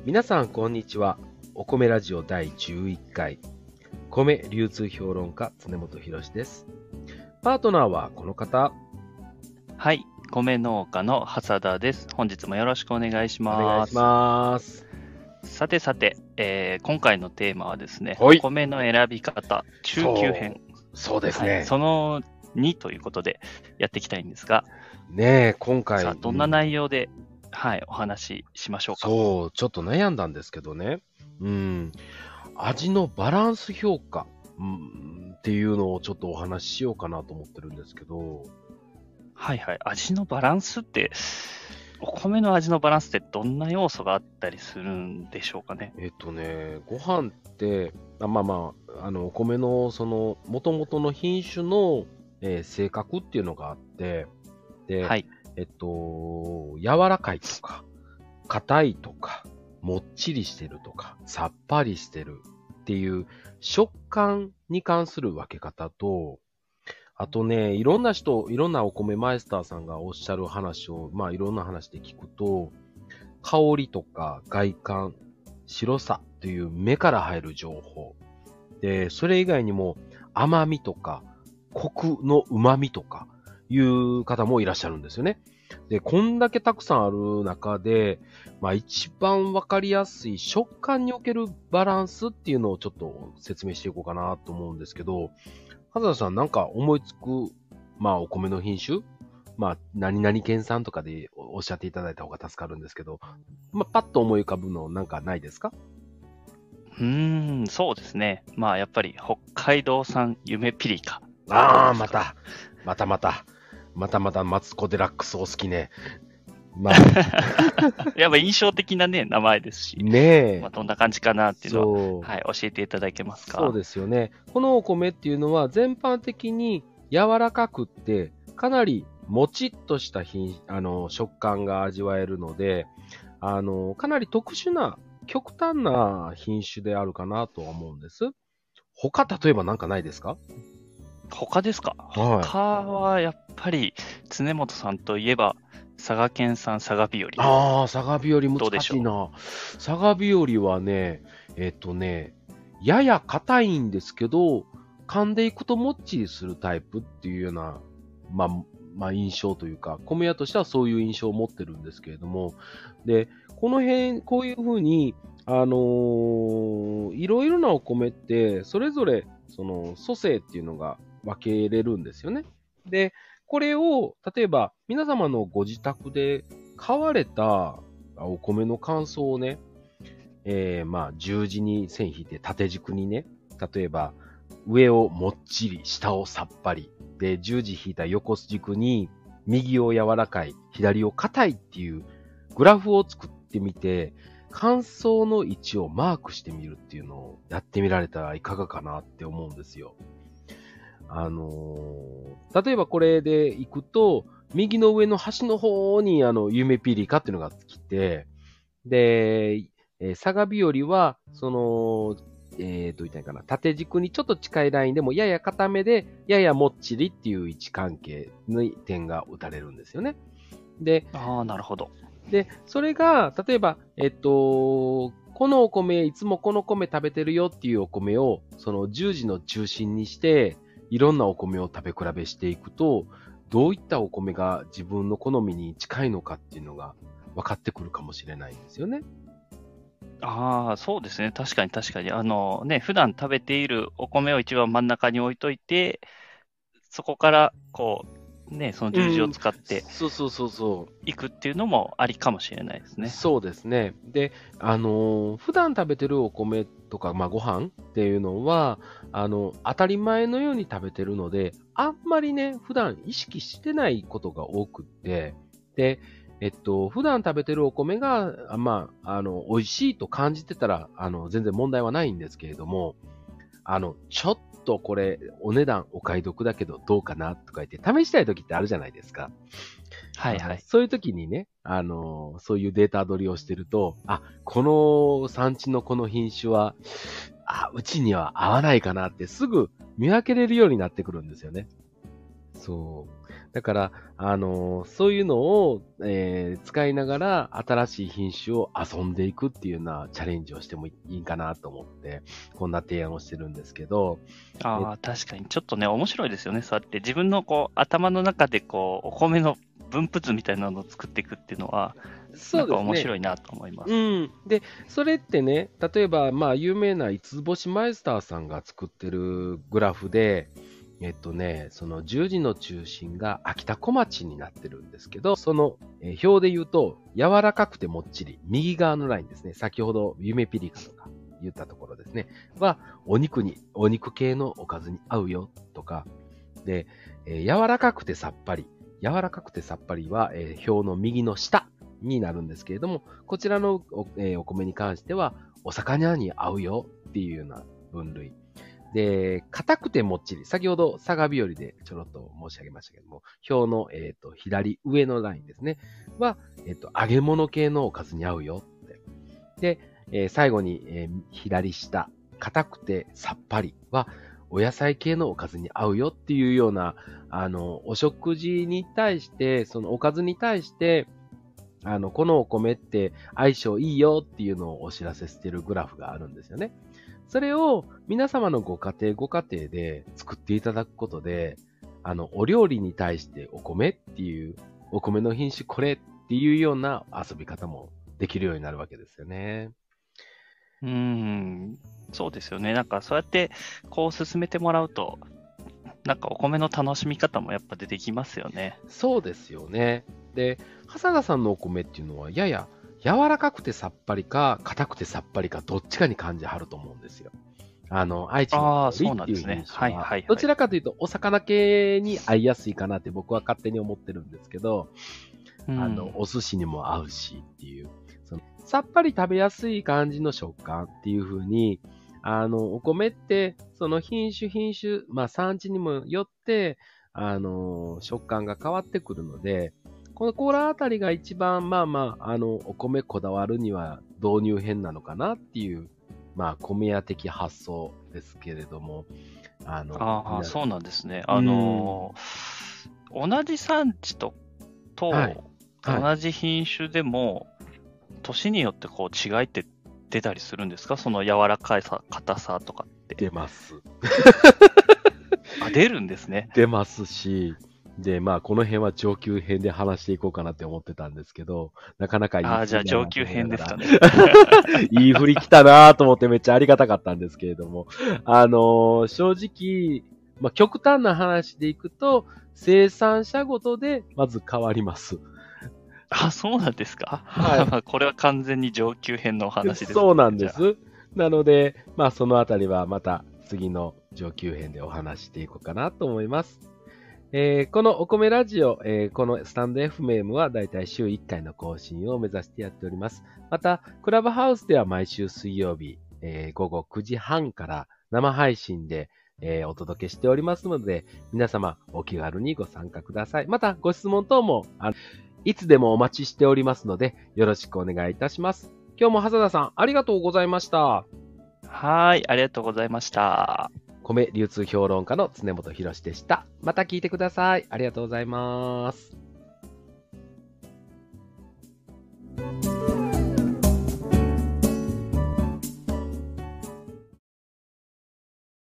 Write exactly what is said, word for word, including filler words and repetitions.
皆さんこんにちは。お米ラジオだいじゅういっかい、米流通評論家常本博です。パートナーはこの方。 はい、米農家の長田です。本日もよろしくお願いします。 お願いします。 さてさて、えー、今回のテーマはですね、 はい、 お米の選び方中級編。 そう、そうですね、 はい。そのにということでやっていきたいんですが、 ねえ、今回さあどんな内容で、うん、はい、お話ししましょうか。 そう、ちょっと悩んだんですけどね。うん、味のバランス評価、うん、っていうのをちょっとお話ししようかなと思ってるんですけど。 はいはい、味のバランスって、お米の味のバランスってどんな要素があったりするんでしょうかね。 えっとね、ご飯って、あまあまあ、あの、お米のその、元々の品種の、えー性格っていうのがあって、で、 はい。 えっと、柔らかいとか、硬いとか、もっちりしてるとか、さっぱりしてるっていう食感に関する分け方と、あとね、いろんな人、いろんなお米マイスターさんがおっしゃる話を、まあいろんな話で聞くと、香りとか外観、白さという目から入る情報。で、それ以外にも甘みとか、コクの旨みとかいう方もいらっしゃるんですよね。で、こんだけたくさんある中で、まあ一番わかりやすい食感におけるバランスっていうのをちょっと説明していこうかなと思うんですけど、はざ田さんなんか思いつく、まあお米の品種まあ、何々県産とかでおっしゃっていただいた方が助かるんですけど、まあ、パッと思い浮かぶのなんかないですか？ うーん、そうですね。まあやっぱり北海道産夢ピリカ。 ああ、また、またまた、またまたマツコデラックスお好きね。まあ、 やっぱ印象的なね、名前ですし、 ねえ。 まあ、どんな感じかなっていうのは、 そう。 はい、教えていただけますか？ そうですよね。このお米っていうのは全般的に柔らかくって、かなりもちっとした品あの食感が味わえるので、あの、かなり特殊な、極端な品種であるかなとは思うんです。他、例えばなんかないですか？ 他ですか？ はい。 他はやっぱり、常本さんといえば、佐賀県産佐賀日和。 ああ、佐賀日和どうでしょう？ 難しいな。佐賀日和はね、えっとね、やや硬いんですけど、噛んでいくともっちりするタイプっていうような、まあ、まあ印象というか、米屋としてはそういう印象を持ってるんですけれども、で、この辺、こういうふうに、あのーいろいろなお米って、それぞれ、その、組成っていうのが分けれるんですよね。で、これを、例えば、皆様のご自宅で買われたお米の乾燥をね、えー、まあ、十字に線引いて縦軸にね、例えば、上をもっちり、下をさっぱり。で、十字引いた横軸に、右を柔らかい、左を硬いっていうグラフを作ってみて、乾燥の位置をマークしてみるっていうのをやってみられたらいかがかなって思うんですよ。あのー例えばこれで行くと、右の上の端の方にあの、夢ピリカっていうのが来て、で、えー、佐賀日和は、その、えー、どう言ったらいいかな、縦軸にちょっと近いラインでもやや硬めで、ややもっちりっていう位置関係に点が打たれるんですよね。で、 ああ、なるほど。 で、それが、例えば、えっと、このお米、いつもこの米食べてるよっていうお米を、その十字の中心にして、いろんなお米を食べ比べしていくと、どういったお米が自分の好みに近いのかっていうのが分かってくるかもしれないんですよね。 ああ、そうですね。確かに確かに。あのね、普段食べているお米を一番真ん中に置いといて、そこから、こう、ね、その十字をうん、 使ってそうそうそうそいくっていうのもありかもしれないですう。 ね。 そうですね。で、あのー普段食べてるお米とか、まあ、ご飯っていうのは、あの、当たり前のように食べてるので、あんまりね、普段意識してないことが多くって、で、えっと、普段食べてるお米が、あまあ、あの、美味しいと感じてたら、あの、全然問題はないんですけれども、あの、ちょっとこれ、お値段お買い得だけどどうかなとか言って試したい時ってあるじゃないですか。あのはいはい。 そういう時にね、あの、そういうデータ取りをしてると、あ、この産地のこの品種は、あ、うちには合わないかなってすぐ見分けれるようになってくるんですよね。そだから、あのーそういうのを、えー使いながら新しい品種を遊んでいくっていうようなチャレンジをしてもいいかなと思って、こんな提案をしてるんですけど、えああ、確かに。ちょっとね、面白いですよね。そうやって自分のこう、頭の中でこう、お米の分布図みたいなのを作っていくっていうのは、なんかそうですね。 面白いなと思います。 うん。で、それってね、例えば、まあ、有名な五つ星マイスターさんが作ってるグラフで、えっとね、その十字の中心が秋田小町になってるんですけど、その、えー表で言うと、柔らかくてもっちり、右側のラインですね。先ほど、夢ピリカとか言ったところですね。は、お肉に、お肉系のおかずに合うよとか、で、えー柔らかくてさっぱり。柔らかくてさっぱりは、えー表の右の下になるんですけれども、こちらのお,、えーお米に関しては、お魚に合うよっていうような分類。で、硬くてもっちり。先ほど、佐賀日和でちょろっと申し上げましたけども、表の、えーと左上のラインですね。は、えっ、と、揚げ物系のおかずに合うよって。で、えー最後に、えー左下、硬くてさっぱりは、お野菜系のおかずに合うよっていうような、あの、お食事に対して、そのおかずに対して、あの、このお米って相性いいよっていうのをお知らせしてるグラフがあるんですよね。それを皆様のご家庭ご家庭で作っていただくことで、あの、お料理に対してお米っていう、お米の品種これっていうような遊び方もできるようになるわけですよね。 うーん、そうですよね。なんかそうやってこう進めてもらうと、なんかお米の楽しみ方もやっぱ出てきますよね。 そうですよね。で、笠田さんのお米っていうのはやや柔らかくてさっぱりか、硬くてさっぱりか、どっちかに感じはると思うんですよ。あの、愛知のああ、 香りそうっていう品なんですね。はい種は、どはいはい。 ちらかというとお魚系に合いやすいかなって僕は勝手に思ってるんですけど、 うあの、 ん。 お寿司にも合うしっていう、そのさっぱり食べやすい感じの食感っていう風に、あの、お米って、その品種品種、まあ産地にもよって、あの、食感が変わってくるので、このコーラあたりが一番、まあまあ、あの、お米こだわるには導入編なのかなっていう、まあ、米屋的発想ですけれども、あの、みああ、 んな、 そうなんですね。 うあーん、 のー同じ産地と、 はい、 とはい。 同じ品種でも、年によってこう違いって出たりするんですか？その柔らかさ、硬さとかって。 出ます。 あ、出るんですね。 出ますし、で、まあ、この辺は上級編で話していこうかなって思ってたんですけど、なかなか言いああ、じゃあ過ぎだなと上級思いながら、 編ですかね。 言い振り来たなと思ってめっちゃありがたかったんですけれども、あのー正直、まあ、極端な話でいくと、生産者ごとでまず変わります。 あ、そうなんですか。 はい。 まあこれは完全に上級編のお話ですそうなね。じゃあ。 んです。なので、まあ、そのあたりはまた次の上級編でお話ししていこうかなと思います。えーこのお米ラジオ、えーこのスタンド エフエム はだいたい週いっかいの更新を目指してやっております。また、クラブハウスでは毎週水曜日、えー午後くじはんから生配信で、えーお届けしておりますので、皆様お気軽にご参加ください。また、ご質問等もあいつでもお待ちしておりますので、よろしくお願いいたします。今日も長田さん、ありがとうございました。 はーい、ありがとうございました。 米流通評論家の常本博史でした。また聞いてください。ありがとうございます。